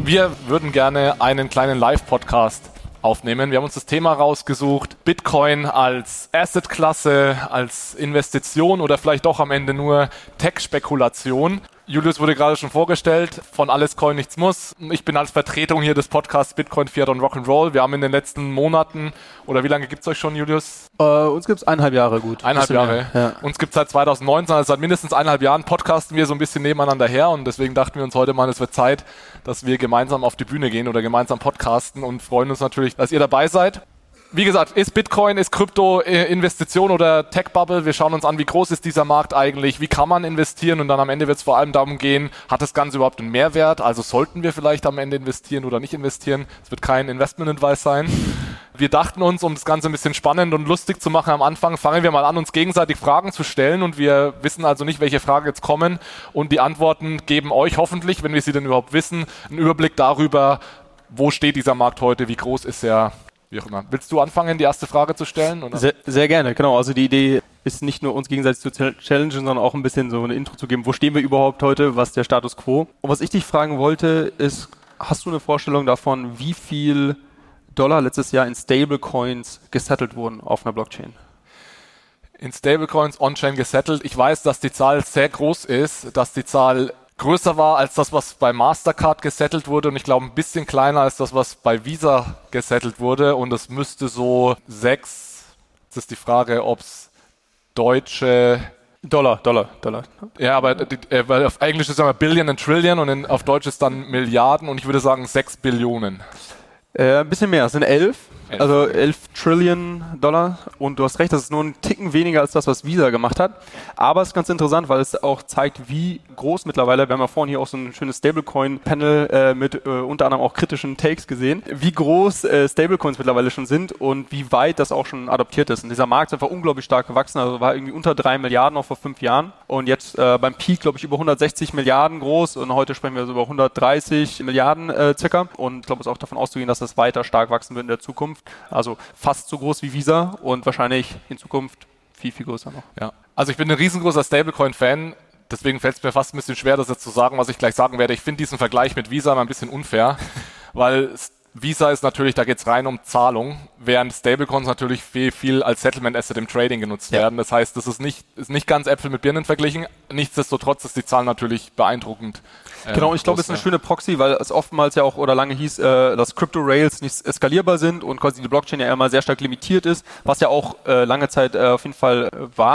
Wir würden gerne einen kleinen Live-Podcast aufnehmen. Wir haben uns das Thema rausgesucht, Bitcoin als Asset-Klasse, als Investition oder vielleicht doch am Ende nur Tech-Spekulation. Julius wurde gerade schon vorgestellt, von Alles Coin nichts muss. Ich bin als Vertretung hier des Podcasts Bitcoin, Fiat und Rock'n'Roll. Wir haben in den letzten Monaten, oder wie lange gibt es euch schon, Julius? Uns gibt es 1,5 Jahre gut. 1,5 Jahre. Ja. Uns gibt es seit 2019, also seit mindestens 1,5 Jahren podcasten wir so ein bisschen nebeneinander her und deswegen dachten wir uns heute mal, es wird Zeit, dass wir gemeinsam auf die Bühne gehen oder gemeinsam podcasten und freuen uns natürlich, dass ihr dabei seid. Wie gesagt, ist Bitcoin, ist Krypto Investition oder Tech-Bubble? Wir schauen uns an, wie groß ist dieser Markt eigentlich, wie kann man investieren und dann am Ende wird es vor allem darum gehen, hat das Ganze überhaupt einen Mehrwert? Also sollten wir vielleicht am Ende investieren oder nicht investieren? Es wird kein Investment-Advice sein. Wir dachten uns, um das Ganze ein bisschen spannend und lustig zu machen am Anfang, fangen wir mal an, uns gegenseitig Fragen zu stellen und wir wissen also nicht, welche Fragen jetzt kommen und die Antworten geben euch hoffentlich, wenn wir sie denn überhaupt wissen, einen Überblick darüber, wo steht dieser Markt heute, wie groß ist er, wie auch immer. Willst du anfangen, die erste Frage zu stellen? Oder? Sehr gerne, genau. Also die Idee ist nicht nur uns gegenseitig zu challengen, sondern auch ein bisschen so eine Intro zu geben. Wo stehen wir überhaupt heute? Was ist der Status quo? Und was ich dich fragen wollte, ist, hast du eine Vorstellung davon, wie viel Dollar letztes Jahr in Stablecoins gesettelt wurden auf einer Blockchain? In Stablecoins on-chain gesettelt. Ich weiß, dass die Zahl sehr groß ist, dass die Zahl größer war als das, was bei Mastercard gesettelt wurde und ich glaube ein bisschen kleiner als das, was bei Visa gesettelt wurde und es müsste so 6, jetzt ist die Frage, ob es deutsche Dollar. Ja, aber weil auf Englisch ist es immer Billion und Trillion und auf Deutsch ist dann Milliarden und ich würde sagen 6 Billionen. Ein bisschen mehr, es sind 11. Also 11 Trillion Dollar und du hast recht, das ist nur ein Ticken weniger als das, was Visa gemacht hat. Aber es ist ganz interessant, weil es auch zeigt, wie groß mittlerweile, wir haben ja vorhin hier auch so ein schönes Stablecoin-Panel mit unter anderem auch kritischen Takes gesehen, wie groß Stablecoins mittlerweile schon sind und wie weit das auch schon adoptiert ist. Und dieser Markt ist einfach unglaublich stark gewachsen, also war irgendwie unter 3 Milliarden noch vor 5 Jahren und jetzt beim Peak, glaube ich, über 160 Milliarden groß und heute sprechen wir so über 130 Milliarden circa und ich glaube, es ist auch davon auszugehen, dass das weiter stark wachsen wird in der Zukunft. Also fast so groß wie Visa und wahrscheinlich in Zukunft viel, viel größer noch. Ja, also ich bin ein riesengroßer Stablecoin-Fan, deswegen fällt es mir fast ein bisschen schwer, das jetzt zu sagen, was ich gleich sagen werde. Ich finde diesen Vergleich mit Visa mal ein bisschen unfair, weil Visa ist natürlich, da geht es rein um Zahlung, während Stablecoins natürlich viel als Settlement Asset im Trading genutzt werden. Das heißt, das ist nicht ganz Äpfel mit Birnen verglichen. Nichtsdestotrotz ist die Zahl natürlich beeindruckend. Genau, und ich glaube, es ist eine schöne Proxy, weil es oftmals ja auch oder lange hieß, dass Crypto-Rails nicht skalierbar sind und quasi die Blockchain ja immer sehr stark limitiert ist, was ja auch lange Zeit auf jeden Fall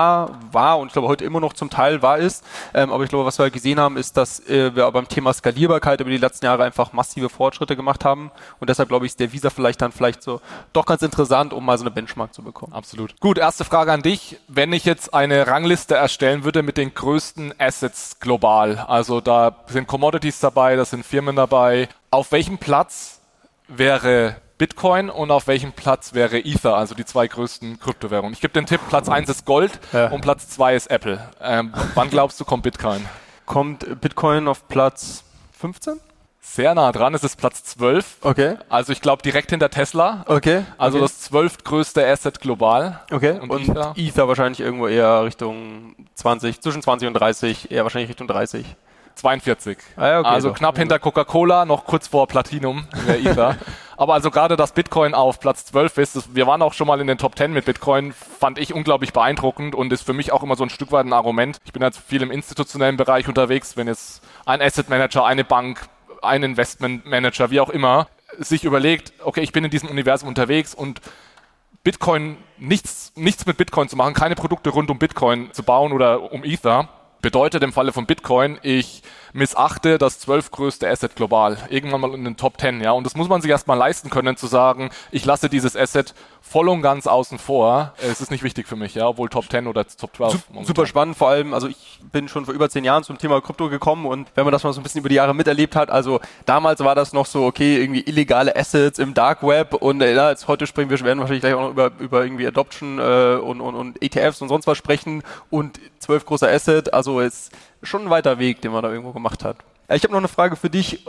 war und ich glaube heute immer noch zum Teil wahr ist. Aber ich glaube, was wir halt gesehen haben, ist, dass wir beim Thema Skalierbarkeit über die letzten Jahre einfach massive Fortschritte gemacht haben und deshalb glaube ich, ist der Visa vielleicht so doch ganz interessant, um mal so eine Benchmark zu bekommen. Absolut. Gut, erste Frage an dich. Wenn ich jetzt eine Rangliste erstellen würde mit den größten Assets global, also da sind Commodities dabei, da sind Firmen dabei, auf welchem Platz wäre Bitcoin und auf welchem Platz wäre Ether, also die 2 größten Kryptowährungen? Ich gebe den Tipp, Platz 1 ist Gold und Platz 2 ist Apple. Wann glaubst du, kommt Bitcoin? Kommt Bitcoin auf Platz 15? Sehr nah dran, es ist Platz 12. Okay. Also ich glaube direkt hinter Tesla. Okay. Also das 12. größte Asset global. Okay. Und Ether wahrscheinlich irgendwo eher Richtung 20, zwischen 20 und 30, eher wahrscheinlich Richtung 30. 42. Ah, okay, also doch. Knapp hinter Coca-Cola, noch kurz vor Platinum in der Ether. Aber also gerade, dass Bitcoin auf Platz 12 ist, wir waren auch schon mal in den Top 10 mit Bitcoin, fand ich unglaublich beeindruckend und ist für mich auch immer so ein Stück weit ein Argument. Ich bin jetzt viel im institutionellen Bereich unterwegs, wenn jetzt ein Asset Manager, eine Bank, ein Investment Manager, wie auch immer, sich überlegt, okay, ich bin in diesem Universum unterwegs und Bitcoin, nichts mit Bitcoin zu machen, keine Produkte rund um Bitcoin zu bauen oder um Ether, bedeutet im Falle von Bitcoin, ich missachte das 12. größte Asset global, irgendwann mal in den Top 10, ja, und das muss man sich erstmal leisten können, zu sagen, ich lasse dieses Asset voll und ganz außen vor, es ist nicht wichtig für mich, ja, obwohl Top 10 oder Top 12. Super spannend, vor allem, also ich bin schon vor über 10 Jahren zum Thema Krypto gekommen und wenn man das mal so ein bisschen über die Jahre miterlebt hat, also damals war das noch so, okay, irgendwie illegale Assets im Dark Web und jetzt heute sprechen wir, werden wahrscheinlich gleich auch noch über irgendwie Adoption und ETFs und sonst was sprechen und 12 großer Asset, also ist schon ein weiter Weg, den man da irgendwo gemacht hat. Ich habe noch eine Frage für dich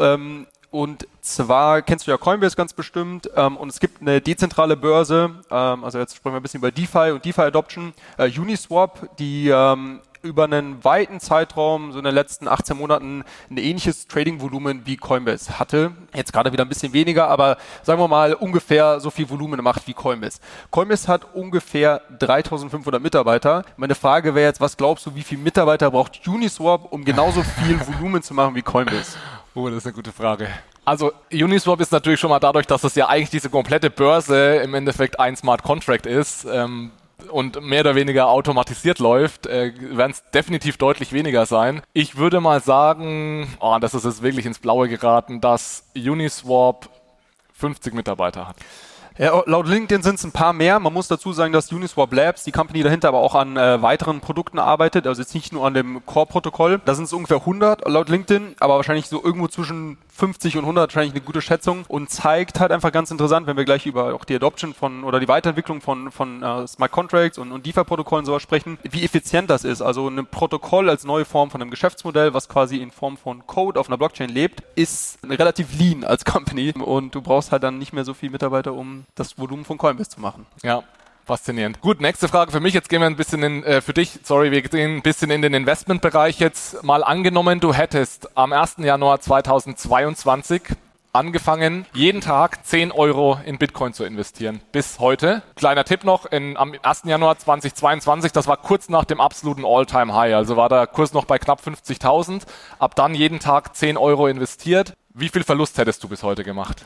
und zwar kennst du ja Coinbase ganz bestimmt und es gibt eine dezentrale Börse, also jetzt sprechen wir ein bisschen über DeFi und DeFi Adoption, Uniswap, die über einen weiten Zeitraum, so in den letzten 18 Monaten, ein ähnliches Trading-Volumen wie Coinbase hatte. Jetzt gerade wieder ein bisschen weniger, aber sagen wir mal ungefähr so viel Volumen macht wie Coinbase. Coinbase hat ungefähr 3500 Mitarbeiter. Meine Frage wäre jetzt, was glaubst du, wie viele Mitarbeiter braucht Uniswap, um genauso viel Volumen zu machen wie Coinbase? Oh, das ist eine gute Frage. Also Uniswap ist natürlich schon mal dadurch, dass es ja eigentlich diese komplette Börse im Endeffekt ein Smart Contract ist, und mehr oder weniger automatisiert läuft, werden es definitiv deutlich weniger sein. Ich würde mal sagen, das ist jetzt wirklich ins Blaue geraten, dass Uniswap 50 Mitarbeiter hat. Ja, laut LinkedIn sind es ein paar mehr. Man muss dazu sagen, dass Uniswap Labs, die Company dahinter, aber auch an weiteren Produkten arbeitet, also jetzt nicht nur an dem Core-Protokoll. Da sind es ungefähr 100 laut LinkedIn, aber wahrscheinlich so irgendwo zwischen 50 und 100 wahrscheinlich eine gute Schätzung und zeigt halt einfach ganz interessant, wenn wir gleich über auch die Adoption von oder die Weiterentwicklung von Smart Contracts und DeFi-Protokollen sowas sprechen, wie effizient das ist. Also ein Protokoll als neue Form von einem Geschäftsmodell, was quasi in Form von Code auf einer Blockchain lebt, ist relativ lean als Company und du brauchst halt dann nicht mehr so viele Mitarbeiter, um das Volumen von Coinbase zu machen. Ja. Faszinierend. Gut, nächste Frage für mich. Jetzt gehen wir ein bisschen wir gehen ein bisschen in den Investmentbereich jetzt. Mal angenommen, du hättest am 1. Januar 2022 angefangen, jeden Tag 10 Euro in Bitcoin zu investieren. Bis heute. Kleiner Tipp noch, am 1. Januar 2022, das war kurz nach dem absoluten All-Time-High. Also war der Kurs noch bei knapp 50.000. Ab dann jeden Tag 10 Euro investiert. Wie viel Verlust hättest du bis heute gemacht?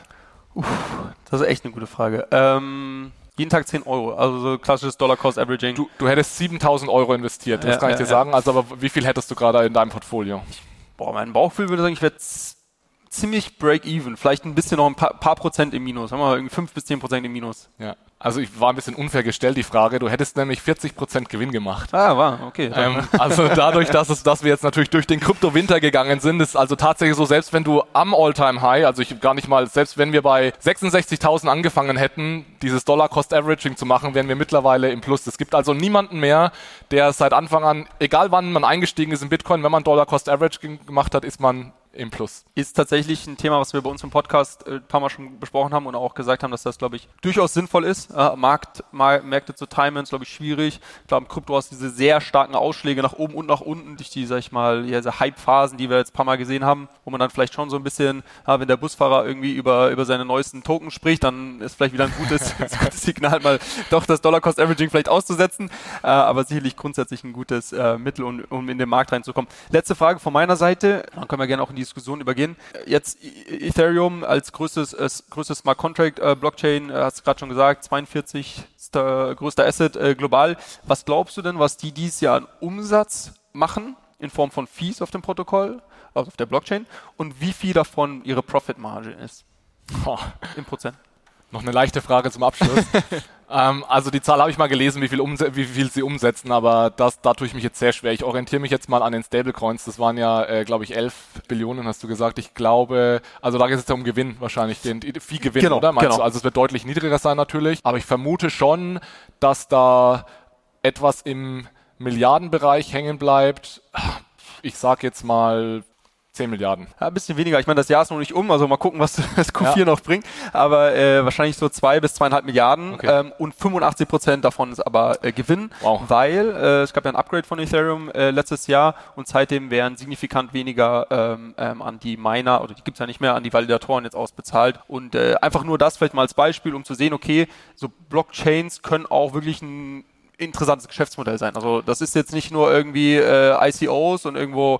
Das ist echt eine gute Frage. Jeden Tag 10 Euro, also so klassisches Dollar-Cost-Averaging. Du hättest 7.000 Euro investiert, das kann ich dir sagen. Also, aber wie viel hättest du gerade in deinem Portfolio? Mein Bauchgefühl würde sagen, ich werde ziemlich break-even. Vielleicht ein bisschen noch ein paar Prozent im Minus. Haben wir irgendwie 5 bis 10% im Minus. Ja. Also ich war ein bisschen unfair gestellt, die Frage. Du hättest nämlich 40% Gewinn gemacht. War, okay. Also dadurch, dass wir jetzt natürlich durch den Krypto-Winter gegangen sind, ist also tatsächlich so, selbst wenn du am All-Time-High, also ich gar nicht mal, selbst wenn wir bei 66.000 angefangen hätten, dieses Dollar-Cost-Averaging zu machen, wären wir mittlerweile im Plus. Es gibt also niemanden mehr, der seit Anfang an, egal wann man eingestiegen ist in Bitcoin, wenn man Dollar-Cost-Averaging gemacht hat, ist man im Plus. Ist tatsächlich ein Thema, was wir bei uns im Podcast ein paar Mal schon besprochen haben und auch gesagt haben, dass das, glaube ich, durchaus sinnvoll ist. Märkte zu timen ist, glaube ich, schwierig. Ich glaube, im Krypto hast du diese sehr starken Ausschläge nach oben und nach unten durch die, sag ich mal, diese Hype-Phasen, die wir jetzt ein paar Mal gesehen haben, wo man dann vielleicht schon so ein bisschen, wenn der Busfahrer irgendwie über seine neuesten Token spricht, dann ist vielleicht wieder ein gutes Signal, mal doch das Dollar-Cost-Averaging vielleicht auszusetzen. Aber sicherlich grundsätzlich ein gutes Mittel, um in den Markt reinzukommen. Letzte Frage von meiner Seite, dann können wir gerne auch in die Diskussion übergehen. Jetzt Ethereum als größtes Smart Contract Blockchain, hast du gerade schon gesagt, 42. größter Asset global. Was glaubst du denn, was die dieses Jahr an Umsatz machen in Form von Fees auf dem Protokoll, also auf der Blockchain, und wie viel davon ihre Profit Margin ist? In Prozent. Noch eine leichte Frage zum Abschluss. Also die Zahl habe ich mal gelesen, wie viel sie umsetzen, aber da tue ich mich jetzt sehr schwer. Ich orientiere mich jetzt mal an den Stablecoins. Das waren ja, glaube ich, 11 Billionen, hast du gesagt. Ich glaube, also da geht es ja um Gewinn wahrscheinlich, den Vieh-Gewinn, genau, oder? Meinst genau. du? Also es wird deutlich niedriger sein natürlich, aber ich vermute schon, dass da etwas im Milliardenbereich hängen bleibt. Ich sage jetzt mal 10 Milliarden. Ja, ein bisschen weniger. Ich meine, das Jahr ist noch nicht also mal gucken, was das Q4 noch bringt. Aber wahrscheinlich so 2 bis 2,5 Milliarden. Okay. Und 85% davon ist aber Gewinn, weil es gab ja ein Upgrade von Ethereum letztes Jahr und seitdem werden signifikant weniger an die Miner, oder die gibt es ja nicht mehr, an die Validatoren jetzt ausbezahlt. Und einfach nur das vielleicht mal als Beispiel, um zu sehen, okay, so Blockchains können auch wirklich ein interessantes Geschäftsmodell sein. Also das ist jetzt nicht nur irgendwie ICOs und irgendwo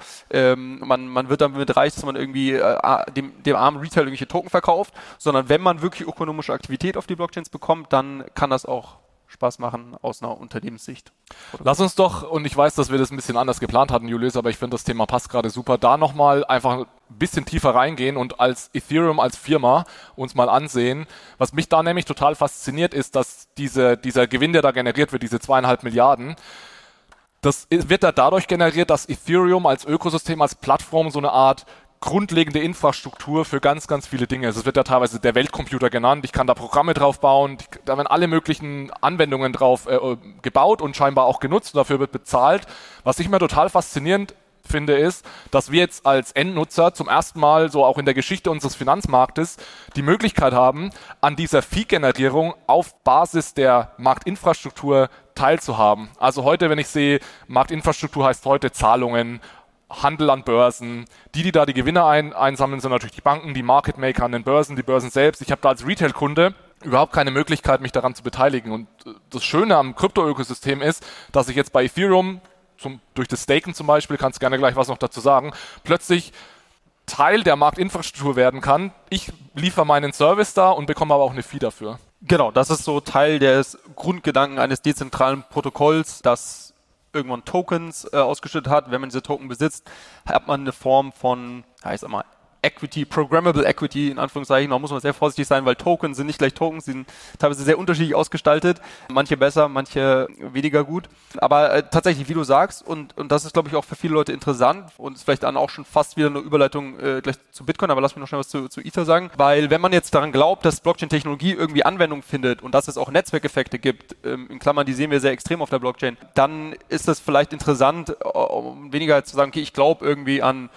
man wird damit reich, dass man irgendwie dem armen Retail irgendwelche Token verkauft, sondern wenn man wirklich ökonomische Aktivität auf die Blockchains bekommt, dann kann das auch Spaß machen aus einer Unternehmenssicht. Lass uns doch, und ich weiß, dass wir das ein bisschen anders geplant hatten, Julius, aber ich finde, das Thema passt gerade super, da nochmal einfach ein bisschen tiefer reingehen und als Ethereum, als Firma uns mal ansehen. Was mich da nämlich total fasziniert ist, dass dieser Gewinn, der da generiert wird, diese 2,5 Milliarden, das wird da dadurch generiert, dass Ethereum als Ökosystem, als Plattform so eine Art grundlegende Infrastruktur für ganz, ganz viele Dinge. Also es wird ja teilweise der Weltcomputer genannt. Ich kann da Programme drauf bauen. Da werden alle möglichen Anwendungen drauf gebaut und scheinbar auch genutzt. Und dafür wird bezahlt. Was ich mir total faszinierend finde, ist, dass wir jetzt als Endnutzer zum ersten Mal so auch in der Geschichte unseres Finanzmarktes die Möglichkeit haben, an dieser Fee-Generierung auf Basis der Marktinfrastruktur teilzuhaben. Also heute, wenn ich sehe, Marktinfrastruktur heißt heute Zahlungen, Handel an Börsen. Die da die Gewinne einsammeln, sind natürlich die Banken, die Market Maker an den Börsen, die Börsen selbst. Ich habe da als Retail-Kunde überhaupt keine Möglichkeit, mich daran zu beteiligen. Und das Schöne am Krypto-Ökosystem ist, dass ich jetzt bei Ethereum, durch das Staken zum Beispiel, kannst du gerne gleich was noch dazu sagen, plötzlich Teil der Marktinfrastruktur werden kann. Ich liefere meinen Service da und bekomme aber auch eine Fee dafür. Genau, das ist so Teil des Grundgedanken eines dezentralen Protokolls, das irgendwann Tokens ausgeschüttet hat. Wenn man diese Token besitzt, hat man eine Form von, ich sag mal, Equity, Programmable Equity, in Anführungszeichen. Da muss man sehr vorsichtig sein, weil Tokens sind nicht gleich Tokens, die sind teilweise sehr unterschiedlich ausgestaltet. Manche besser, manche weniger gut. Aber tatsächlich, wie du sagst, und das ist, glaube ich, auch für viele Leute interessant und ist vielleicht dann auch schon fast wieder eine Überleitung gleich zu Bitcoin, aber lass mich noch schnell was zu Ether sagen. Weil wenn man jetzt daran glaubt, dass Blockchain-Technologie irgendwie Anwendung findet und dass es auch Netzwerkeffekte gibt, in Klammern, die sehen wir sehr extrem auf der Blockchain, dann ist das vielleicht interessant, um weniger zu sagen, okay, ich glaube irgendwie an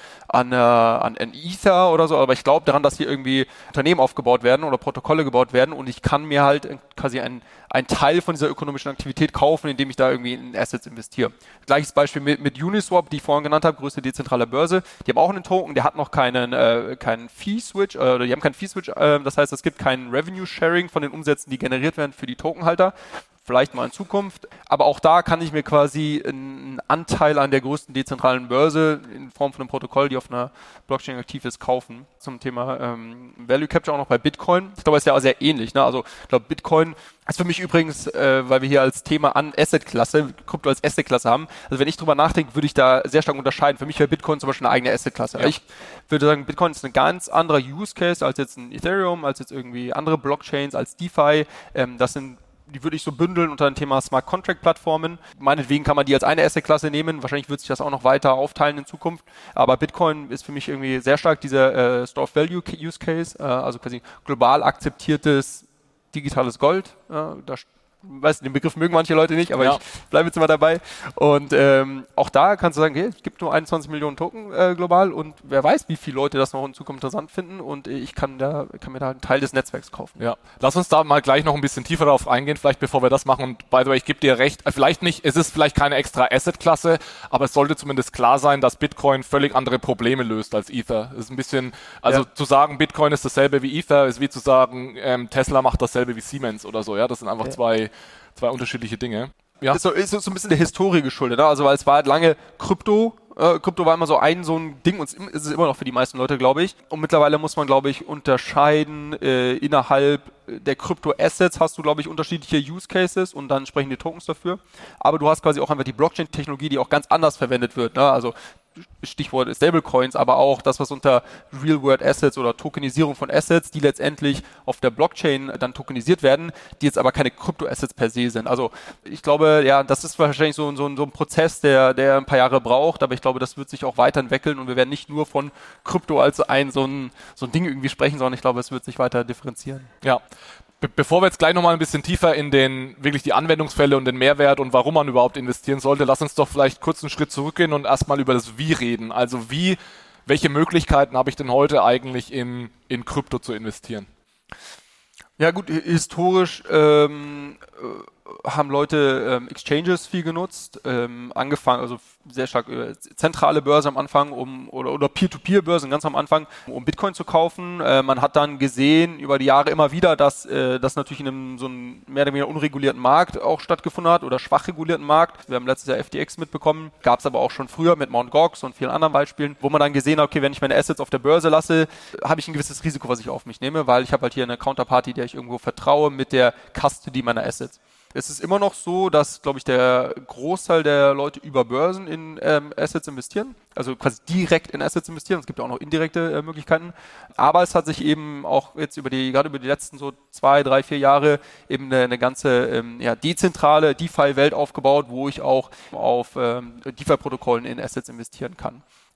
Ether oder so, aber ich glaube daran, dass hier irgendwie Unternehmen aufgebaut werden oder Protokolle gebaut werden und ich kann mir halt quasi einen Teil von dieser ökonomischen Aktivität kaufen, indem ich da irgendwie in Assets investiere. Gleiches Beispiel mit Uniswap, die ich vorhin genannt habe, größte dezentrale Börse. Die haben auch einen Token, der hat noch keinen Fee-Switch, oder die haben keinen Fee-Switch, das heißt, es gibt kein Revenue-Sharing von den Umsätzen, die generiert werden für die Tokenhalter. Vielleicht mal in Zukunft. Aber auch da kann ich mir quasi einen Anteil an der größten dezentralen Börse in Form von einem Protokoll, die auf einer Blockchain aktiv ist, kaufen. Zum Thema Value Capture auch noch bei Bitcoin. Ich glaube, es ist ja auch sehr ähnlich. Ne? Also ich glaube, Bitcoin ist für mich übrigens, weil wir hier als Thema an Assetklasse, Krypto als Assetklasse haben. Also wenn ich drüber nachdenke, würde ich da sehr stark unterscheiden. Für mich wäre Bitcoin zum Beispiel eine eigene Assetklasse. Ja. Ich würde sagen, Bitcoin ist ein ganz anderer Use Case als jetzt ein Ethereum, als jetzt irgendwie andere Blockchains, als DeFi. Die würde ich so bündeln unter dem Thema Smart Contract Plattformen. Meinetwegen kann man die als eine Assetklasse nehmen. Wahrscheinlich wird sich das auch noch weiter aufteilen in Zukunft. Aber Bitcoin ist für mich irgendwie sehr stark dieser Store of Value Use Case, also quasi global akzeptiertes digitales Gold. Den Begriff mögen manche Leute nicht, aber ich bleibe jetzt mal dabei. Und auch da kannst du sagen, okay, es gibt nur 21 Millionen Token global und wer weiß, wie viele Leute das noch in Zukunft interessant finden und ich kann mir da einen Teil des Netzwerks kaufen. Ja, lass uns da mal gleich noch ein bisschen tiefer darauf eingehen, vielleicht bevor wir das machen. Und by the way, ich gebe dir recht, es ist vielleicht keine extra Asset-Klasse, aber es sollte zumindest klar sein, dass Bitcoin völlig andere Probleme löst als Ether. Das ist ein bisschen, zu sagen, Bitcoin ist dasselbe wie Ether, ist wie zu sagen, Tesla macht dasselbe wie Siemens oder so. Ja, das sind einfach zwei unterschiedliche Dinge. Ja. Ist so ein bisschen der Historie geschuldet, ne? Also weil es war halt lange Krypto war immer so ein Ding und ist es immer noch für die meisten Leute, glaube ich. Und mittlerweile muss man, glaube ich, unterscheiden, innerhalb der Krypto-Assets hast du, glaube ich, unterschiedliche Use Cases und dann entsprechende Tokens dafür. Aber du hast quasi auch einfach die Blockchain-Technologie, die auch ganz anders verwendet wird, ne? Also Stichwort Stablecoins, aber auch das, was unter Real-World-Assets oder Tokenisierung von Assets, die letztendlich auf der Blockchain dann tokenisiert werden, die jetzt aber keine Krypto-Assets per se sind. Also ich glaube, ja, das ist wahrscheinlich so ein Prozess, der ein paar Jahre braucht, aber ich glaube, das wird sich auch weiterentwickeln und wir werden nicht nur von Krypto als so ein Ding irgendwie sprechen, sondern ich glaube, es wird sich weiter differenzieren. Ja. Bevor wir jetzt gleich nochmal ein bisschen tiefer in wirklich die Anwendungsfälle und den Mehrwert und warum man überhaupt investieren sollte, lass uns doch vielleicht kurz einen Schritt zurückgehen und erstmal über das Wie reden. Also welche Möglichkeiten habe ich denn heute eigentlich in Krypto zu investieren? Ja gut, historisch haben Leute Exchanges viel genutzt, angefangen, also sehr stark zentrale Börse am Anfang oder Peer-to-Peer-Börsen ganz am Anfang, um Bitcoin zu kaufen. Man hat dann gesehen über die Jahre immer wieder, dass das natürlich in so einem mehr oder weniger unregulierten Markt auch stattgefunden hat oder schwach regulierten Markt. Wir haben letztes Jahr FTX mitbekommen, gab es aber auch schon früher mit Mt. Gox und vielen anderen Beispielen, wo man dann gesehen hat, okay, wenn ich meine Assets auf der Börse lasse, habe ich ein gewisses Risiko, was ich auf mich nehme, weil ich habe halt hier eine Counterparty, der ich irgendwo vertraue mit der Custody meiner Assets. Es ist immer noch so, dass, glaube ich, der Großteil der Leute über Börsen in Assets investieren, also quasi direkt in Assets investieren. Es gibt ja auch noch indirekte Möglichkeiten. Aber es hat sich eben auch jetzt gerade über die letzten so 2, 3, 4 Jahre eben eine ganze dezentrale DeFi-Welt aufgebaut, wo ich auch auf DeFi-Protokollen in Assets investieren kann.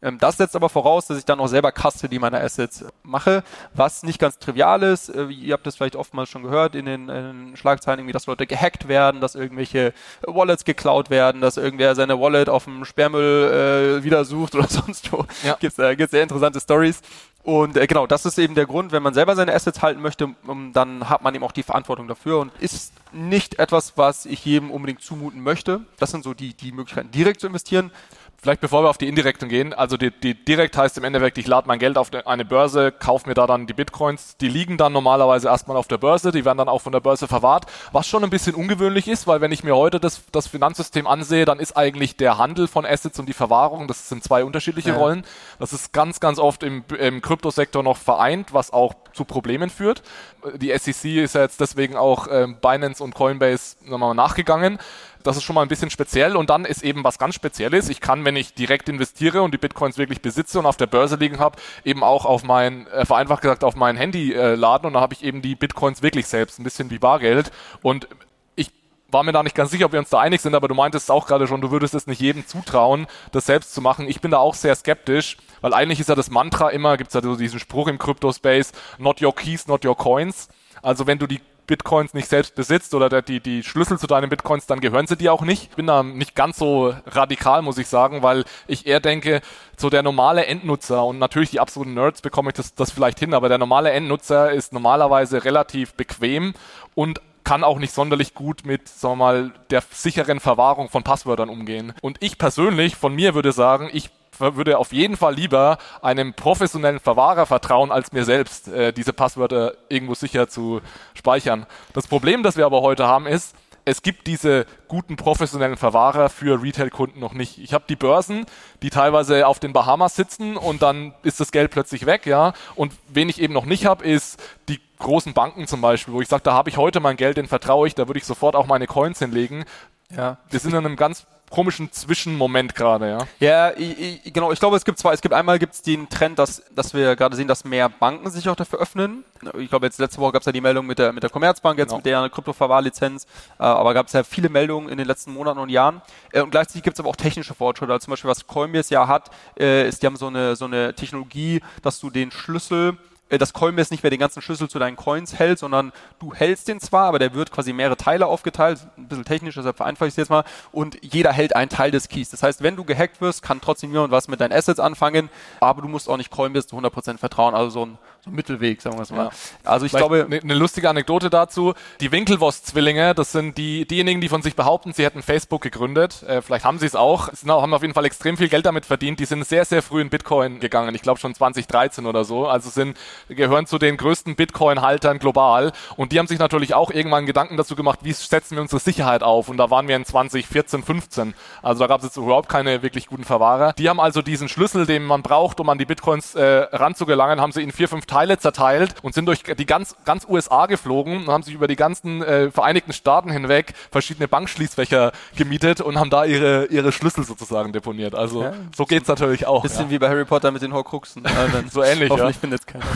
Das setzt aber voraus, dass ich dann auch selber Custody meiner Assets mache, was nicht ganz trivial ist. Ihr habt das vielleicht oftmals schon gehört in den Schlagzeilen, irgendwie, dass Leute gehackt werden, dass irgendwelche Wallets geklaut werden, dass irgendwer seine Wallet auf dem Sperrmüll wieder sucht oder sonst wo. Ja. Gibt's sehr interessante Stories. Und genau, das ist eben der Grund, wenn man selber seine Assets halten möchte, dann hat man eben auch die Verantwortung dafür und ist nicht etwas, was ich jedem unbedingt zumuten möchte. Das sind so die Möglichkeiten, direkt zu investieren. Vielleicht bevor wir auf die indirekten gehen, also die direkt heißt im Endeffekt, ich lade mein Geld auf eine Börse, kaufe mir da dann die Bitcoins, die liegen dann normalerweise erstmal auf der Börse, die werden dann auch von der Börse verwahrt, was schon ein bisschen ungewöhnlich ist, weil wenn ich mir heute das Finanzsystem ansehe, dann ist eigentlich der Handel von Assets und die Verwahrung, das sind zwei unterschiedliche Rollen, das ist ganz, ganz oft im Kryptosektor noch vereint, was auch zu Problemen führt. Die SEC ist ja jetzt deswegen auch Binance und Coinbase nochmal nachgegangen. Das ist schon mal ein bisschen speziell und dann ist eben was ganz Spezielles. Ich kann, wenn ich direkt investiere und die Bitcoins wirklich besitze und auf der Börse liegen habe, eben auch auf mein, vereinfacht gesagt, auf mein Handy laden und dann habe ich eben die Bitcoins wirklich selbst, ein bisschen wie Bargeld. Und ich war mir da nicht ganz sicher, ob wir uns da einig sind, aber du meintest auch gerade schon, du würdest es nicht jedem zutrauen, das selbst zu machen. Ich bin da auch sehr skeptisch, weil eigentlich ist ja das Mantra immer, gibt es ja so diesen Spruch im Crypto-Space, not your keys, not your coins. Also wenn du die Bitcoins nicht selbst besitzt oder die Schlüssel zu deinen Bitcoins, dann gehören sie dir auch nicht. Ich bin da nicht ganz so radikal, muss ich sagen, weil ich eher denke, so der normale Endnutzer und natürlich die absoluten Nerds bekomme ich das vielleicht hin, aber der normale Endnutzer ist normalerweise relativ bequem und kann auch nicht sonderlich gut mit, sagen wir mal, der sicheren Verwahrung von Passwörtern umgehen. Und ich persönlich von mir würde sagen, ich würde auf jeden Fall lieber einem professionellen Verwahrer vertrauen, als mir selbst diese Passwörter irgendwo sicher zu speichern. Das Problem, das wir aber heute haben, ist, es gibt diese guten professionellen Verwahrer für Retail-Kunden noch nicht. Ich habe die Börsen, die teilweise auf den Bahamas sitzen und dann ist das Geld plötzlich weg, ja. Und wen ich eben noch nicht habe, ist die großen Banken zum Beispiel, wo ich sage, da habe ich heute mein Geld, den vertraue ich, da würde ich sofort auch meine Coins hinlegen. Ja. Wir sind in einem ganz komischen Zwischenmoment gerade, ja. Ja, genau. Ich glaube, es gibt zwei. Einmal gibt es den Trend, dass wir gerade sehen, dass mehr Banken sich auch dafür öffnen. Ich glaube, jetzt letzte Woche gab es ja die Meldung mit der Commerzbank, jetzt mit der Kryptoverwahrlizenz. Aber gab es ja viele Meldungen in den letzten Monaten und Jahren. Und gleichzeitig gibt es aber auch technische Fortschritte. Also zum Beispiel, was Coinbase ja hat, ist, die haben so eine Technologie, dass du den Schlüssel, dass Coinbase nicht mehr den ganzen Schlüssel zu deinen Coins hält, sondern du hältst den zwar, aber der wird quasi in mehrere Teile aufgeteilt, ein bisschen technisch, deshalb vereinfache ich es jetzt mal, und jeder hält einen Teil des Keys. Das heißt, wenn du gehackt wirst, kann trotzdem jemand was mit deinen Assets anfangen, aber du musst auch nicht Coinbase zu 100% vertrauen, also so ein Mittelweg, sagen wir es mal. Ja. Also ich glaube, eine lustige Anekdote dazu, die Winklevoss-Zwillinge, das sind diejenigen, die von sich behaupten, sie hätten Facebook gegründet, vielleicht haben sie es auch, haben auf jeden Fall extrem viel Geld damit verdient, die sind sehr, sehr früh in Bitcoin gegangen, ich glaube schon 2013 oder so, also gehören zu den größten Bitcoin-Haltern global und die haben sich natürlich auch irgendwann Gedanken dazu gemacht, wie setzen wir unsere Sicherheit auf und da waren wir in 2014, 15, also da gab es jetzt überhaupt keine wirklich guten Verwahrer. Die haben also diesen Schlüssel, den man braucht, um an die Bitcoins ranzugelangen, haben sie in 4-5 Teile zerteilt und sind durch die ganz USA geflogen und haben sich über die ganzen Vereinigten Staaten hinweg verschiedene Bankschließfächer gemietet und haben da ihre Schlüssel sozusagen deponiert. Also ja, so geht's natürlich auch. Bisschen wie bei Harry Potter mit den Horcruxen. So ähnlich, hoffentlich findet es keiner.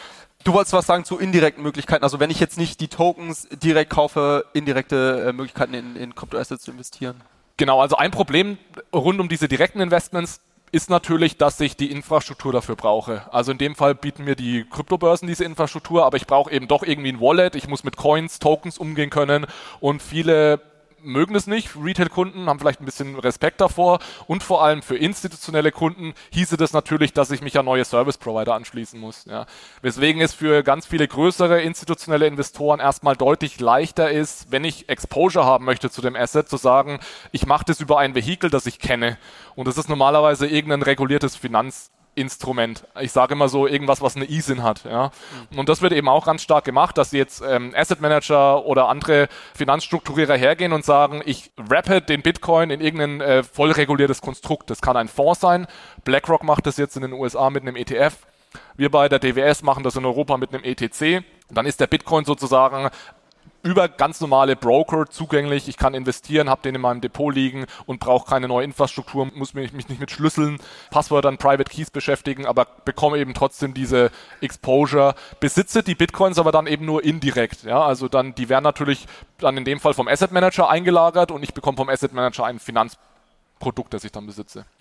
Du wolltest was sagen zu indirekten Möglichkeiten, also wenn ich jetzt nicht die Tokens direkt kaufe, indirekte Möglichkeiten in Kryptoassets zu investieren. Genau, also ein Problem rund um diese direkten Investments ist natürlich, dass ich die Infrastruktur dafür brauche. Also in dem Fall bieten mir die Kryptobörsen diese Infrastruktur, aber ich brauche eben doch irgendwie ein Wallet, ich muss mit Coins, Tokens umgehen können und viele mögen es nicht. Retail-Kunden haben vielleicht ein bisschen Respekt davor und vor allem für institutionelle Kunden hieße das natürlich, dass ich mich an neue Service-Provider anschließen muss. Ja. Weswegen es für ganz viele größere institutionelle Investoren erstmal deutlich leichter ist, wenn ich Exposure haben möchte zu dem Asset, zu sagen, ich mache das über ein Vehikel, das ich kenne. Und das ist normalerweise irgendein reguliertes Finanzinstrument. Ich sage immer so, irgendwas, was eine ISIN hat. Ja. Und das wird eben auch ganz stark gemacht, dass jetzt Asset Manager oder andere Finanzstrukturierer hergehen und sagen, ich wrappe den Bitcoin in irgendein voll reguliertes Konstrukt. Das kann ein Fonds sein. BlackRock macht das jetzt in den USA mit einem ETF. Wir bei der DWS machen das in Europa mit einem ETC. Dann ist der Bitcoin sozusagen über ganz normale Broker zugänglich. Ich kann investieren, habe den in meinem Depot liegen und brauche keine neue Infrastruktur, muss mich nicht mit Schlüsseln, Passwörtern, Private Keys beschäftigen, aber bekomme eben trotzdem diese Exposure, besitze die Bitcoins aber dann eben nur indirekt. Ja? Also dann, die werden natürlich dann in dem Fall vom Asset Manager eingelagert und ich bekomme vom Asset Manager ein Finanzprodukt, das ich dann besitze. Ja.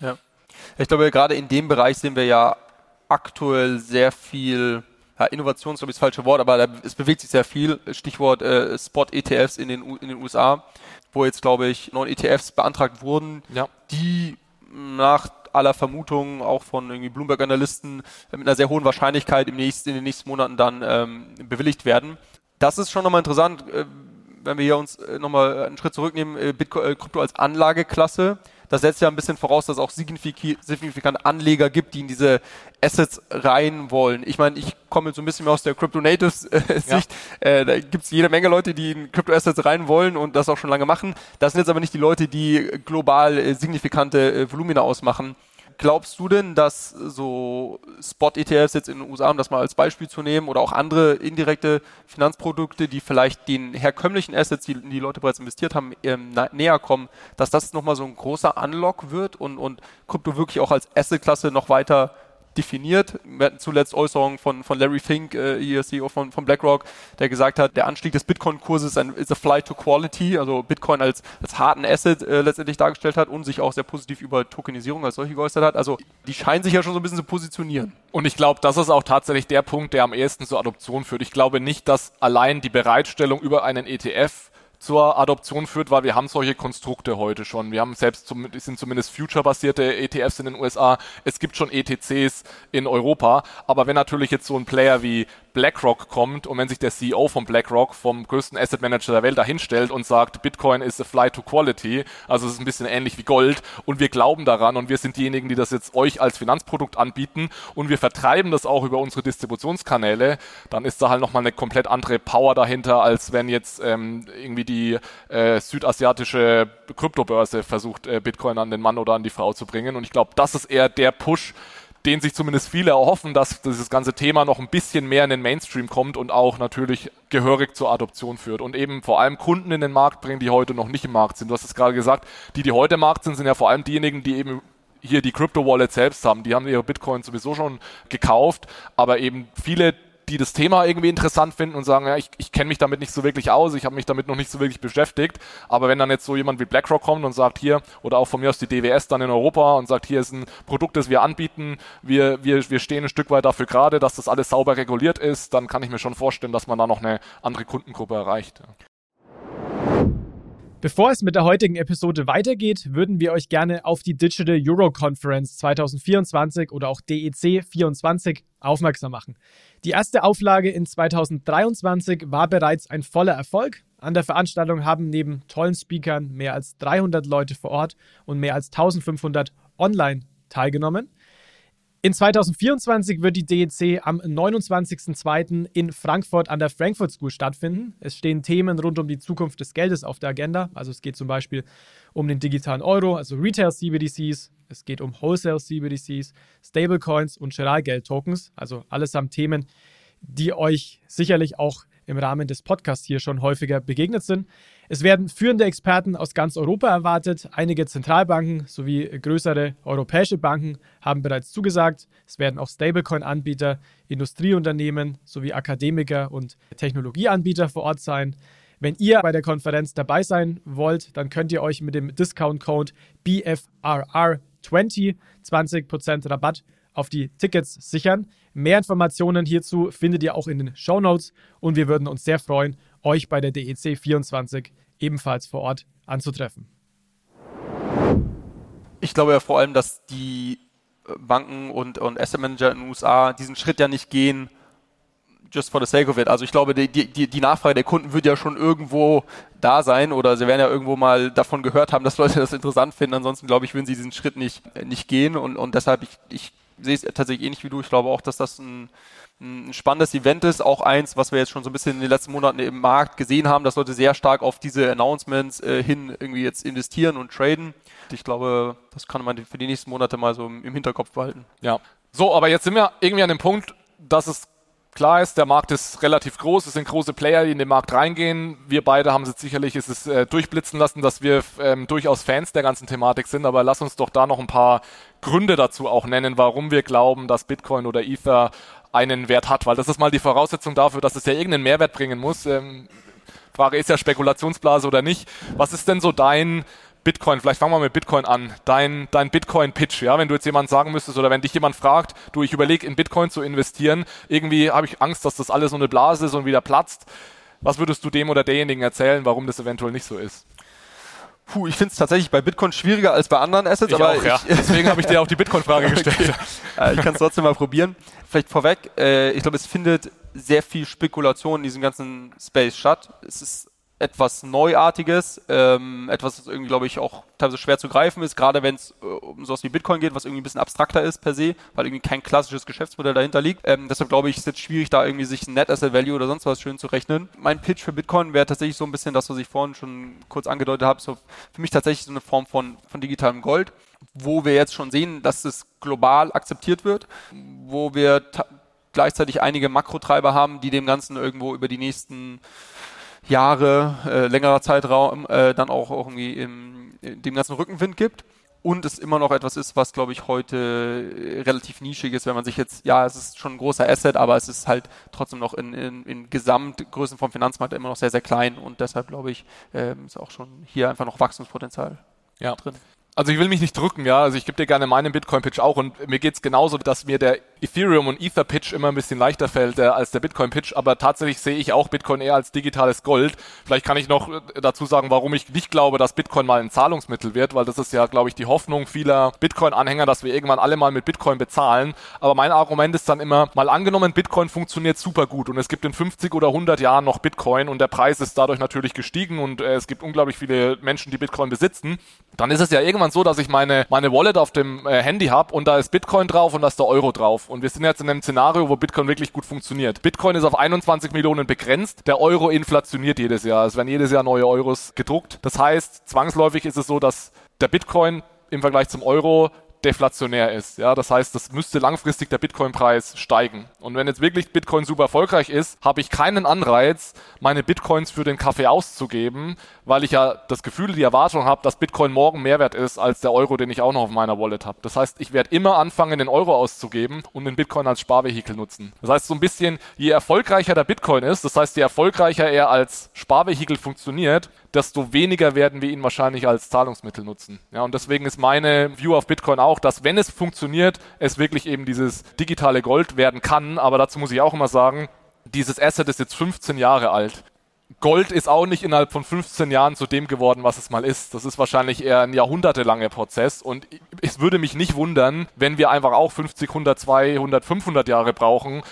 Ich glaube, gerade in dem Bereich sehen wir ja aktuell sehr viel, Innovation ist glaube ich das falsche Wort, aber es bewegt sich sehr viel. Stichwort Spot-ETFs in den USA, wo jetzt glaube ich 9 ETFs beantragt wurden, die nach aller Vermutung auch von irgendwie Bloomberg-Analysten mit einer sehr hohen Wahrscheinlichkeit in den nächsten Monaten dann bewilligt werden. Das ist schon nochmal interessant, wenn wir hier uns nochmal einen Schritt zurücknehmen, Krypto als Anlageklasse. Das setzt ja ein bisschen voraus, dass es auch signifikant Anleger gibt, die in diese Assets rein wollen. Ich meine, ich komme jetzt so ein bisschen mehr aus der Crypto-Natives-Sicht. Da gibt es jede Menge Leute, die in Crypto-Assets rein wollen und das auch schon lange machen. Das sind jetzt aber nicht die Leute, die global signifikante Volumina ausmachen. Glaubst du denn, dass so Spot-ETFs jetzt in den USA, um das mal als Beispiel zu nehmen, oder auch andere indirekte Finanzprodukte, die vielleicht den herkömmlichen Assets, die die Leute bereits investiert haben, näher kommen, dass das nochmal so ein großer Unlock wird und Krypto wirklich auch als Assetklasse noch weiter definiert? Wir hatten zuletzt Äußerungen von Larry Fink, hier CEO von BlackRock, der gesagt hat, der Anstieg des Bitcoin-Kurses ist a flight to quality, also Bitcoin als harten Asset letztendlich dargestellt hat und sich auch sehr positiv über Tokenisierung als solche geäußert hat. Also die scheinen sich ja schon so ein bisschen zu positionieren. Und ich glaube, das ist auch tatsächlich der Punkt, der am ehesten zur Adoption führt. Ich glaube nicht, dass allein die Bereitstellung über einen ETF zur Adoption führt, weil wir haben solche Konstrukte heute schon. Wir haben sind zumindest future-basierte ETFs in den USA. Es gibt schon ETCs in Europa. Aber wenn natürlich jetzt so ein Player wie BlackRock kommt und wenn sich der CEO von BlackRock, vom größten Asset Manager der Welt, dahinstellt und sagt, Bitcoin is a flight to quality, also es ist ein bisschen ähnlich wie Gold und wir glauben daran und wir sind diejenigen, die das jetzt euch als Finanzprodukt anbieten und wir vertreiben das auch über unsere Distributionskanäle, dann ist da halt nochmal eine komplett andere Power dahinter, als wenn jetzt irgendwie die südasiatische Kryptobörse versucht, Bitcoin an den Mann oder an die Frau zu bringen. Und ich glaube, das ist eher der Push, den sich zumindest viele erhoffen, dass dieses ganze Thema noch ein bisschen mehr in den Mainstream kommt und auch natürlich gehörig zur Adoption führt und eben vor allem Kunden in den Markt bringen, die heute noch nicht im Markt sind. Du hast es gerade gesagt, die heute im Markt sind, sind ja vor allem diejenigen, die eben hier die Crypto-Wallet selbst haben. Die haben ihre Bitcoin sowieso schon gekauft, aber eben viele, die das Thema irgendwie interessant finden und sagen, ja, ich kenne mich damit nicht so wirklich aus, ich habe mich damit noch nicht so wirklich beschäftigt, aber wenn dann jetzt so jemand wie BlackRock kommt und sagt hier, oder auch von mir aus die DWS dann in Europa und sagt, hier ist ein Produkt, das wir anbieten, wir stehen ein Stück weit dafür gerade, dass das alles sauber reguliert ist, dann kann ich mir schon vorstellen, dass man da noch eine andere Kundengruppe erreicht. Bevor es mit der heutigen Episode weitergeht, würden wir euch gerne auf die Digital Euro Conference 2024 oder auch DEC 24 aufmerksam machen. Die erste Auflage in 2023 war bereits ein voller Erfolg. An der Veranstaltung haben neben tollen Speakern mehr als 300 Leute vor Ort und mehr als 1500 online teilgenommen. In 2024 wird die DEC am 29.02. in Frankfurt an der Frankfurt School stattfinden. Es stehen Themen rund um die Zukunft des Geldes auf der Agenda. Also es geht zum Beispiel um den digitalen Euro, also Retail-CBDCs. Es geht um Wholesale-CBDCs, Stablecoins und Giralgeld-Tokens. Also allesamt Themen, die euch sicherlich auch im Rahmen des Podcasts hier schon häufiger begegnet sind. Es werden führende Experten aus ganz Europa erwartet. Einige Zentralbanken sowie größere europäische Banken haben bereits zugesagt. Es werden auch Stablecoin-Anbieter, Industrieunternehmen sowie Akademiker und Technologieanbieter vor Ort sein. Wenn ihr bei der Konferenz dabei sein wollt, dann könnt ihr euch mit dem Discount-Code BFRR20 20% Rabatt auf die Tickets sichern. Mehr Informationen hierzu findet ihr auch in den Shownotes und wir würden uns sehr freuen, euch bei der DEC 24 ebenfalls vor Ort anzutreffen. Ich glaube ja vor allem, dass die Banken und Asset Manager in den USA diesen Schritt ja nicht gehen, just for the sake of it. Also ich glaube, die Nachfrage der Kunden wird ja schon irgendwo da sein oder sie werden ja irgendwo mal davon gehört haben, dass Leute das interessant finden. Ansonsten, glaube ich, würden sie diesen Schritt nicht gehen und deshalb, ich sehe es tatsächlich ähnlich wie du. Ich glaube auch, dass das ein spannendes Event ist. Auch eins, was wir jetzt schon so ein bisschen in den letzten Monaten im Markt gesehen haben, dass Leute sehr stark auf diese Announcements hin irgendwie jetzt investieren und traden. Ich glaube, das kann man für die nächsten Monate mal so im Hinterkopf behalten. Ja. So, aber jetzt sind wir irgendwie an dem Punkt, dass es klar ist, der Markt ist relativ groß, es sind große Player, die in den Markt reingehen. Wir beide haben es jetzt sicherlich durchblitzen lassen, dass wir durchaus Fans der ganzen Thematik sind, aber lass uns doch da noch ein paar Gründe dazu auch nennen, warum wir glauben, dass Bitcoin oder Ether einen Wert hat, weil das ist mal die Voraussetzung dafür, dass es ja irgendeinen Mehrwert bringen muss. Frage ist ja Spekulationsblase oder nicht. Was ist denn so dein Bitcoin, vielleicht fangen wir mit Bitcoin an. Dein Bitcoin-Pitch, ja, wenn du jetzt jemand sagen müsstest oder wenn dich jemand fragt, du, ich überlege in Bitcoin zu investieren, irgendwie habe ich Angst, dass das alles so eine Blase ist und wieder platzt. Was würdest du dem oder derjenigen erzählen, warum das eventuell nicht so ist? Ich finde es tatsächlich bei Bitcoin schwieriger als bei anderen Assets. Deswegen habe ich dir auch die Bitcoin-Frage gestellt. Okay. Ich kann es trotzdem mal probieren. Vielleicht vorweg, ich glaube, es findet sehr viel Spekulation in diesem ganzen Space statt. Es ist etwas Neuartiges, etwas, das irgendwie, glaube ich, auch teilweise schwer zu greifen ist, gerade wenn es um sowas wie Bitcoin geht, was irgendwie ein bisschen abstrakter ist per se, weil irgendwie kein klassisches Geschäftsmodell dahinter liegt. Deshalb glaube ich, ist es jetzt schwierig, da irgendwie sich ein Net Asset Value oder sonst was schön zu rechnen. Mein Pitch für Bitcoin wäre tatsächlich so ein bisschen das, was ich vorhin schon kurz angedeutet habe, so für mich tatsächlich so eine Form von digitalem Gold, wo wir jetzt schon sehen, dass es global akzeptiert wird, wo wir gleichzeitig einige Makrotreiber haben, die dem Ganzen irgendwo über die nächsten Jahre, längerer Zeitraum, dann auch irgendwie dem ganzen Rückenwind gibt. Und es immer noch etwas ist, was, glaube ich, heute relativ nischig ist, wenn man sich jetzt, ja, es ist schon ein großer Asset, aber es ist halt trotzdem noch in Gesamtgrößen vom Finanzmarkt immer noch sehr, sehr klein. Und deshalb, glaube ich, ist auch schon hier einfach noch Wachstumspotenzial drin. Also ich will mich nicht drücken, ja, also ich gebe dir gerne meinen Bitcoin-Pitch auch und mir geht's genauso, dass mir der Ethereum- und Ether-Pitch immer ein bisschen leichter fällt als der Bitcoin-Pitch, aber tatsächlich sehe ich auch Bitcoin eher als digitales Gold. Vielleicht kann ich noch dazu sagen, warum ich nicht glaube, dass Bitcoin mal ein Zahlungsmittel wird, weil das ist ja, glaube ich, die Hoffnung vieler Bitcoin-Anhänger, dass wir irgendwann alle mal mit Bitcoin bezahlen. Aber mein Argument ist dann immer, mal angenommen, Bitcoin funktioniert super gut und es gibt in 50 oder 100 Jahren noch Bitcoin und der Preis ist dadurch natürlich gestiegen und es gibt unglaublich viele Menschen, die Bitcoin besitzen. Dann ist es ja irgendwann so, dass ich meine Wallet auf dem Handy habe und da ist Bitcoin drauf und da ist der Euro drauf. Und wir sind jetzt in einem Szenario, wo Bitcoin wirklich gut funktioniert. Bitcoin ist auf 21 Millionen begrenzt, der Euro inflationiert jedes Jahr. Es werden jedes Jahr neue Euros gedruckt. Das heißt, zwangsläufig ist es so, dass der Bitcoin im Vergleich zum Euro deflationär ist. Ja, das heißt, das müsste langfristig der Bitcoin-Preis steigen. Und wenn jetzt wirklich Bitcoin super erfolgreich ist, habe ich keinen Anreiz, meine Bitcoins für den Kaffee auszugeben, weil ich ja das Gefühl, die Erwartung habe, dass Bitcoin morgen mehr wert ist als der Euro, den ich auch noch auf meiner Wallet habe. Das heißt, ich werde immer anfangen, den Euro auszugeben und den Bitcoin als Sparvehikel nutzen. Das heißt, so ein bisschen, je erfolgreicher der Bitcoin ist, das heißt, je erfolgreicher er als Sparvehikel funktioniert, desto weniger werden wir ihn wahrscheinlich als Zahlungsmittel nutzen. Ja, und deswegen ist meine View auf Bitcoin auch, dass wenn es funktioniert, es wirklich eben dieses digitale Gold werden kann. Aber dazu muss ich auch immer sagen, dieses Asset ist jetzt 15 Jahre alt. Gold ist auch nicht innerhalb von 15 Jahren zu dem geworden, was es mal ist. Das ist wahrscheinlich eher ein jahrhundertelanger Prozess und es würde mich nicht wundern, wenn wir einfach auch 50, 100, 200, 500 Jahre brauchen,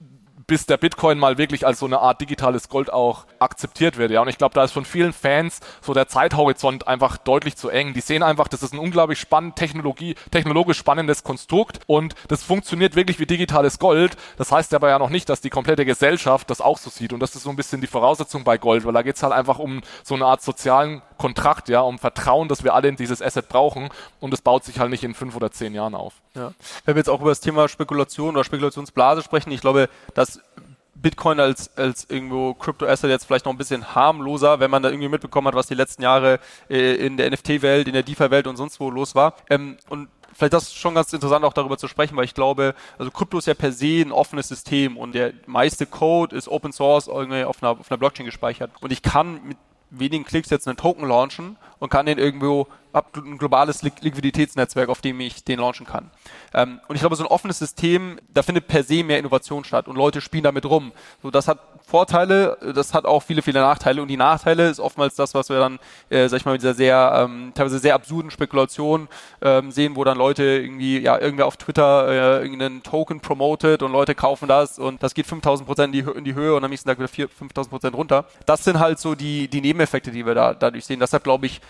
bis der Bitcoin mal wirklich als so eine Art digitales Gold auch akzeptiert wird. Ja, und ich glaube, da ist von vielen Fans so der Zeithorizont einfach deutlich zu eng. Die sehen einfach, das ist ein unglaublich technologisch spannendes Konstrukt und das funktioniert wirklich wie digitales Gold. Das heißt aber ja noch nicht, dass die komplette Gesellschaft das auch so sieht. Und das ist so ein bisschen die Voraussetzung bei Gold, weil da geht es halt einfach um so eine Art sozialen Kontrakt, ja, um Vertrauen, dass wir alle in dieses Asset brauchen und es baut sich halt nicht in 5 oder 10 Jahren auf. Ja. Wenn wir jetzt auch über das Thema Spekulation oder Spekulationsblase sprechen, ich glaube, dass Bitcoin als irgendwo Crypto-Asset jetzt vielleicht noch ein bisschen harmloser, wenn man da irgendwie mitbekommen hat, was die letzten Jahre in der NFT-Welt, in der DeFi-Welt und sonst wo los war. Und vielleicht das ist schon ganz interessant, auch darüber zu sprechen, weil ich glaube, also Krypto ist ja per se ein offenes System und der meiste Code ist Open Source irgendwie auf einer Blockchain gespeichert. Und ich kann mit wenigen Klicks jetzt einen Token launchen und kann den irgendwo ein globales Liquiditätsnetzwerk, auf dem ich den launchen kann. Und ich glaube, so ein offenes System, da findet per se mehr Innovation statt und Leute spielen damit rum. So, das hat Vorteile, das hat auch viele, viele Nachteile und die Nachteile ist oftmals das, was wir dann, sag ich mal, mit dieser teilweise sehr absurden Spekulation sehen, wo dann Leute irgendwer auf Twitter irgendeinen Token promotet und Leute kaufen das und das geht 5.000% in die Höhe und am nächsten Tag wieder 5.000% runter. Das sind halt so die Nebeneffekte, die wir dadurch sehen. Deshalb glaube ich,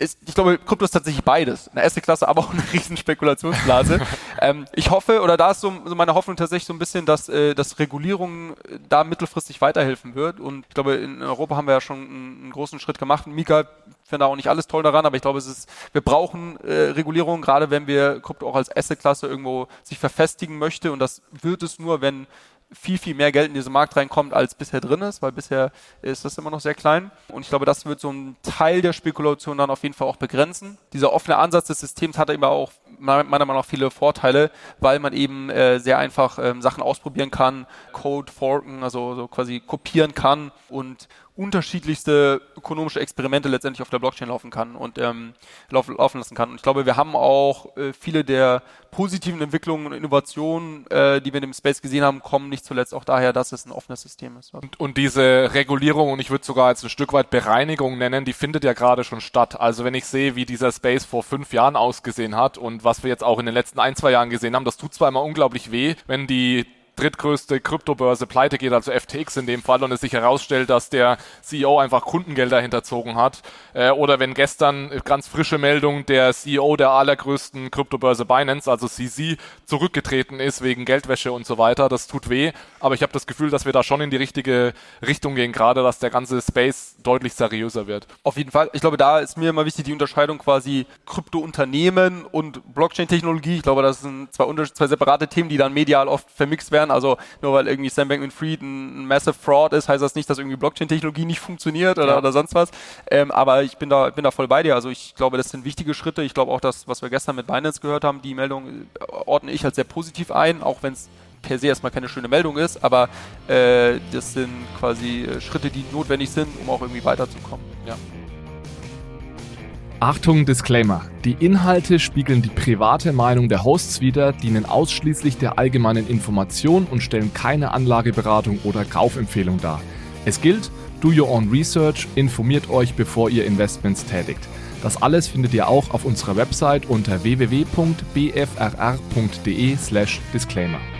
Krypto ist tatsächlich beides. Eine Asset-Klasse, aber auch eine riesen Spekulationsblase. Ich hoffe, oder da ist so meine Hoffnung tatsächlich so ein bisschen, dass Regulierung da mittelfristig weiterhelfen wird. Und ich glaube, in Europa haben wir ja schon einen großen Schritt gemacht. Mika finde auch nicht alles toll daran, aber ich glaube, wir brauchen Regulierung, gerade wenn wir Krypto auch als Asset-Klasse irgendwo sich verfestigen möchte. Und das wird es nur, wenn viel, viel mehr Geld in diesen Markt reinkommt, als bisher drin ist, weil bisher ist das immer noch sehr klein. Und ich glaube, das wird so einen Teil der Spekulation dann auf jeden Fall auch begrenzen. Dieser offene Ansatz des Systems hat eben auch meiner Meinung nach viele Vorteile, weil man eben sehr einfach Sachen ausprobieren kann, Code forken, also so quasi kopieren kann und unterschiedlichste ökonomische Experimente letztendlich auf der Blockchain laufen kann und laufen lassen kann. Und ich glaube, wir haben auch viele der positiven Entwicklungen und Innovationen, die wir in dem Space gesehen haben, kommen nicht zuletzt auch daher, dass es ein offenes System ist. Und diese Regulierung, und ich würde sogar jetzt ein Stück weit Bereinigung nennen, die findet ja gerade schon statt. Also wenn ich sehe, wie dieser Space vor 5 Jahren ausgesehen hat und was wir jetzt auch in den letzten 1-2 Jahren gesehen haben, das tut zwar immer unglaublich weh, wenn die drittgrößte Kryptobörse pleite geht, also FTX in dem Fall, und es sich herausstellt, dass der CEO einfach Kundengelder hinterzogen hat. Oder wenn gestern ganz frische Meldung, der CEO der allergrößten Kryptobörse Binance, also CZ, zurückgetreten ist wegen Geldwäsche und so weiter. Das tut weh, aber ich habe das Gefühl, dass wir da schon in die richtige Richtung gehen, gerade dass der ganze Space deutlich seriöser wird. Auf jeden Fall. Ich glaube, da ist mir immer wichtig, die Unterscheidung quasi Krypto-Unternehmen und Blockchain-Technologie. Ich glaube, das sind zwei separate Themen, die dann medial oft vermixt werden. Also nur weil irgendwie Sam Bankman-Fried ein Massive Fraud ist, heißt das nicht, dass irgendwie Blockchain-Technologie nicht funktioniert oder sonst was. Aber ich bin da voll bei dir. Also ich glaube, das sind wichtige Schritte. Ich glaube auch, das, was wir gestern mit Binance gehört haben, die Meldung ordne ich als sehr positiv ein, auch wenn es per se erstmal keine schöne Meldung ist, aber das sind quasi Schritte, die notwendig sind, um auch irgendwie weiterzukommen. Ja. Achtung, Disclaimer. Die Inhalte spiegeln die private Meinung der Hosts wider, dienen ausschließlich der allgemeinen Information und stellen keine Anlageberatung oder Kaufempfehlung dar. Es gilt, do your own research, informiert euch, bevor ihr Investments tätigt. Das alles findet ihr auch auf unserer Website unter www.bfrr.de/disclaimer.